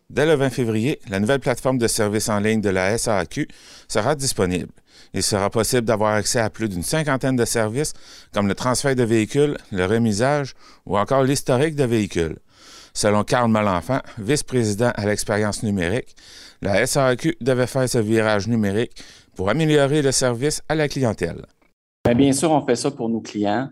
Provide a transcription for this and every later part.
Dès le 20 février, la nouvelle plateforme de services en ligne de la SAQ sera disponible. Il sera possible d'avoir accès à plus d'une cinquantaine de services comme le transfert de véhicules, le remisage ou encore l'historique de véhicules. Selon Carl Malenfant, vice-président à l'expérience numérique, la SAQ devait faire ce virage numérique pour améliorer le service à la clientèle. Bien sûr, on fait ça pour nos clients.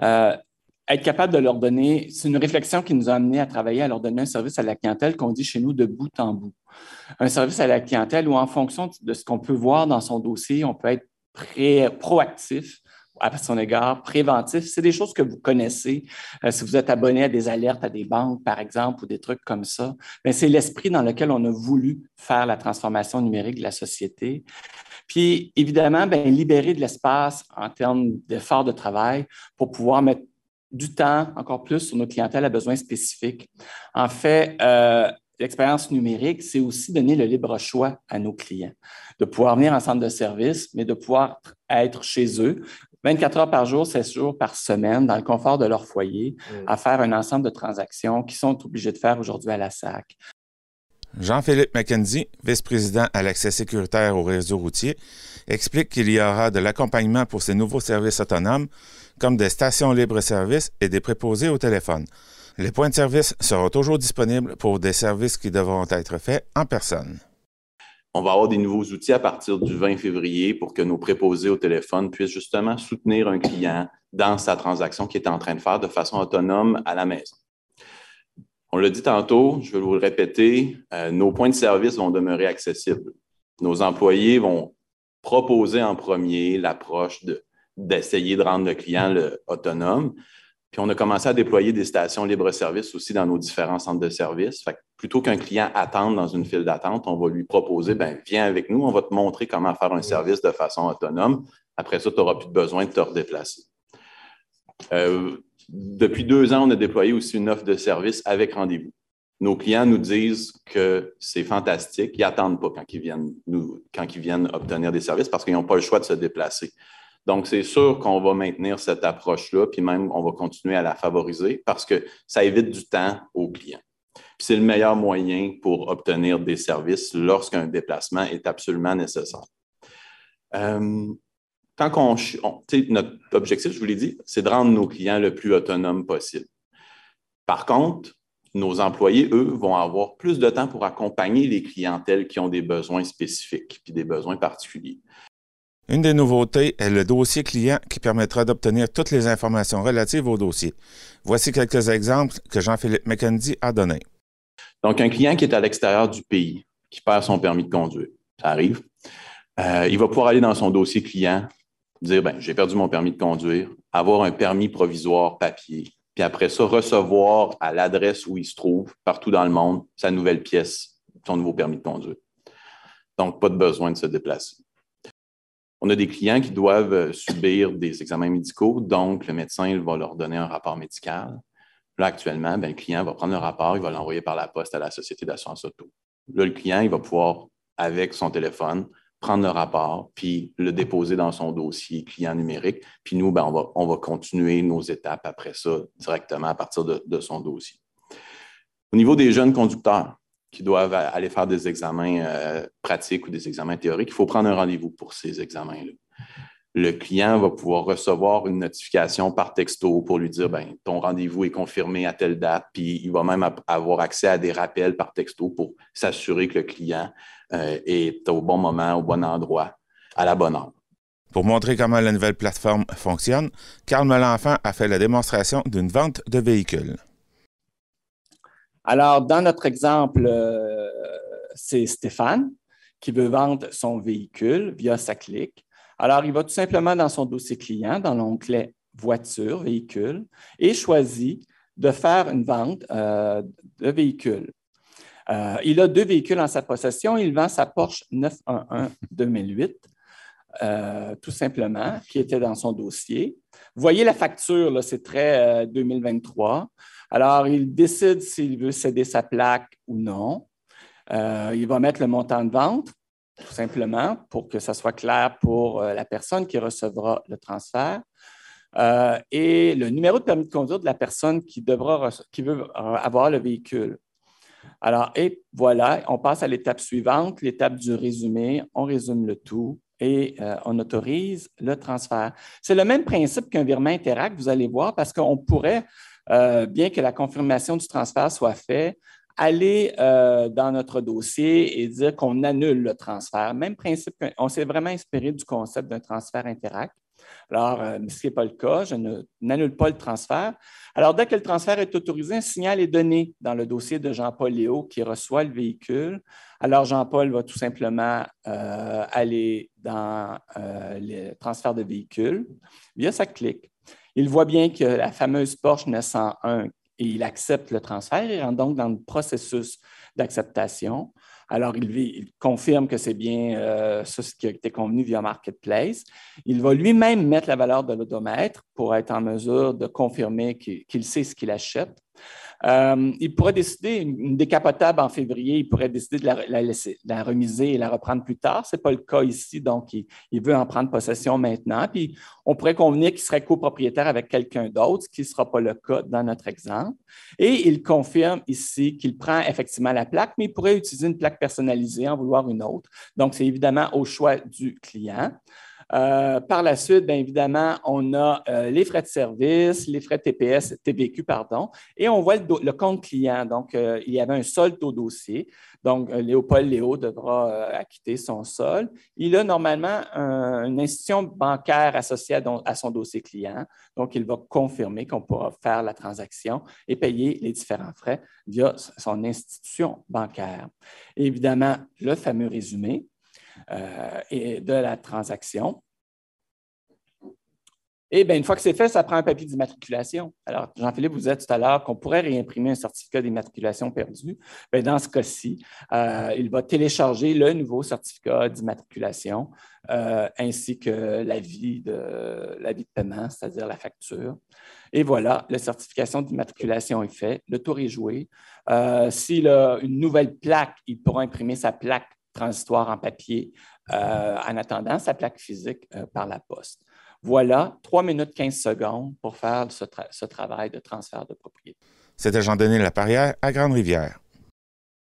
Être capable de leur donner, c'est une réflexion qui nous a amené à travailler à leur donner un service à la clientèle qu'on dit chez nous de bout en bout. Un service à la clientèle où, en fonction de ce qu'on peut voir dans son dossier, on peut être proactif à son égard, préventif. C'est des choses que vous connaissez. Si vous êtes abonné à des alertes à des banques, par exemple, ou des trucs comme ça, bien, c'est l'esprit dans lequel on a voulu faire la transformation numérique de la société. Puis, évidemment, bien, libérer de l'espace en termes d'efforts de travail pour pouvoir mettre du temps, encore plus, sur nos clientèles à besoins spécifiques. En fait, l'expérience numérique, c'est aussi donner le libre choix à nos clients, de pouvoir venir en centre de service, mais de pouvoir être chez eux 24 heures par jour, 7 jours par semaine, dans le confort de leur foyer, à faire un ensemble de transactions qu'ils sont obligés de faire aujourd'hui à la SAC. Jean-Philippe McKenzie, vice-président à l'accès sécuritaire au réseau routier, explique qu'il y aura de l'accompagnement pour ces nouveaux services autonomes, comme des stations libre-service et des préposés au téléphone. Les points de service seront toujours disponibles pour des services qui devront être faits en personne. On va avoir des nouveaux outils à partir du 20 février pour que nos préposés au téléphone puissent justement soutenir un client dans sa transaction qu'il est en train de faire de façon autonome à la maison. On l'a dit tantôt, je vais vous le répéter, nos points de service vont demeurer accessibles. Nos employés vont proposer en premier l'approche d'essayer de rendre le client autonome. Puis on a commencé à déployer des stations libre-service aussi dans nos différents centres de service. Fait que plutôt qu'un client attende dans une file d'attente, on va lui proposer, viens avec nous, on va te montrer comment faire un service de façon autonome. Après ça, tu n'auras plus besoin de te redéplacer. Depuis 2 ans, on a déployé aussi une offre de service avec rendez-vous. Nos clients nous disent que c'est fantastique. Ils n'attendent pas quand ils viennent obtenir des services parce qu'ils n'ont pas le choix de se déplacer. Donc, c'est sûr qu'on va maintenir cette approche-là, puis même on va continuer à la favoriser parce que ça évite du temps aux clients. Puis c'est le meilleur moyen pour obtenir des services lorsqu'un déplacement est absolument nécessaire. Notre objectif, je vous l'ai dit, c'est de rendre nos clients le plus autonomes possible. Par contre, nos employés, eux, vont avoir plus de temps pour accompagner les clientèles qui ont des besoins spécifiques puis des besoins particuliers. Une des nouveautés est le dossier client qui permettra d'obtenir toutes les informations relatives au dossier. Voici quelques exemples que Jean-Philippe McKenzie a donnés. Donc, un client qui est à l'extérieur du pays, qui perd son permis de conduire, ça arrive, il va pouvoir aller dans son dossier client, dire, j'ai perdu mon permis de conduire, avoir un permis provisoire papier, puis après ça, recevoir à l'adresse où il se trouve, partout dans le monde, sa nouvelle pièce, son nouveau permis de conduire. Donc, pas de besoin de se déplacer. On a des clients qui doivent subir des examens médicaux, donc le médecin va leur donner un rapport médical. Là, actuellement, le client va prendre le rapport, il va l'envoyer par la poste à la Société d'assurance auto. Là, le client, il va pouvoir, avec son téléphone, prendre le rapport, puis le déposer dans son dossier client numérique. Puis nous, on va continuer nos étapes après ça directement à partir de son dossier. Au niveau des jeunes conducteurs qui doivent aller faire des examens pratiques ou des examens théoriques, il faut prendre un rendez-vous pour ces examens-là. Le client va pouvoir recevoir une notification par texto pour lui dire ton rendez-vous est confirmé à telle date, puis il va même avoir accès à des rappels par texto pour s'assurer que le client est au bon moment, au bon endroit, à la bonne heure. Pour montrer comment la nouvelle plateforme fonctionne, Carl Malenfant a fait la démonstration d'une vente de véhicules. Alors, dans notre exemple, c'est Stéphane qui veut vendre son véhicule via SACLIC. Alors, il va tout simplement dans son dossier client, dans l'onglet « Voiture, véhicule » et choisit de faire une vente de véhicule. Il a 2 véhicules en sa possession. Il vend sa Porsche 911 2008, tout simplement, qui était dans son dossier. Vous voyez la facture, là, c'est très 2023. Alors, il décide s'il veut céder sa plaque ou non. Il va mettre le montant de vente, tout simplement, pour que ça soit clair pour la personne qui recevra le transfert. Et le numéro de permis de conduire de la personne qui veut avoir le véhicule. Alors, et voilà, on passe à l'étape suivante, l'étape du résumé. On résume le tout et on autorise le transfert. C'est le même principe qu'un virement Interact, vous allez voir, parce qu'on pourrait, bien que la confirmation du transfert soit faite, aller dans notre dossier et dire qu'on annule le transfert. Même principe, on s'est vraiment inspiré du concept d'un transfert Interact. Alors, ce qui n'est pas le cas, je n'annule pas le transfert. Alors, dès que le transfert est autorisé, un signal est donné dans le dossier de Jean-Paul Léo qui reçoit le véhicule. Alors, Jean-Paul va tout simplement aller dans le transfert de véhicule via sa clique. Il voit bien que la fameuse Porsche 901 et il accepte le transfert. Il rentre donc dans le processus d'acceptation. Alors, il confirme que c'est bien ce qui a été convenu via Marketplace. Il va lui-même mettre la valeur de l'odomètre pour être en mesure de confirmer qu'il sait ce qu'il achète. Il pourrait décider, une décapotable en février, il pourrait décider de la remiser et la reprendre plus tard. Ce n'est pas le cas ici, donc il veut en prendre possession maintenant. Puis on pourrait convenir qu'il serait copropriétaire avec quelqu'un d'autre, ce qui ne sera pas le cas dans notre exemple. Et il confirme ici qu'il prend effectivement la plaque, mais il pourrait utiliser une plaque personnalisée, en vouloir une autre. Donc, c'est évidemment au choix du client. Par la suite, bien évidemment, on a les frais de service, les frais de TVQ, et on voit le compte client. Donc, il y avait un solde au dossier. Donc, Léopold Léo devra acquitter son solde. Il a normalement une institution bancaire associée à son dossier client. Donc, il va confirmer qu'on pourra faire la transaction et payer les différents frais via son institution bancaire. Et évidemment, le fameux résumé. Et de la transaction. Et bien, une fois que c'est fait, ça prend un papier d'immatriculation. Alors, Jean-Philippe, vous disait tout à l'heure qu'on pourrait réimprimer un certificat d'immatriculation perdu. Bien, dans ce cas-ci, il va télécharger le nouveau certificat d'immatriculation ainsi que l'avis de paiement, c'est-à-dire la facture. Et voilà, la certification d'immatriculation est faite, le tour est joué. S'il a une nouvelle plaque, il pourra imprimer sa plaque transitoire en papier en attendant sa plaque physique par la poste. Voilà, 3 minutes 15 secondes pour faire ce travail de transfert de propriété. C'était Jean-Denis Laperrière à Grande-Rivière.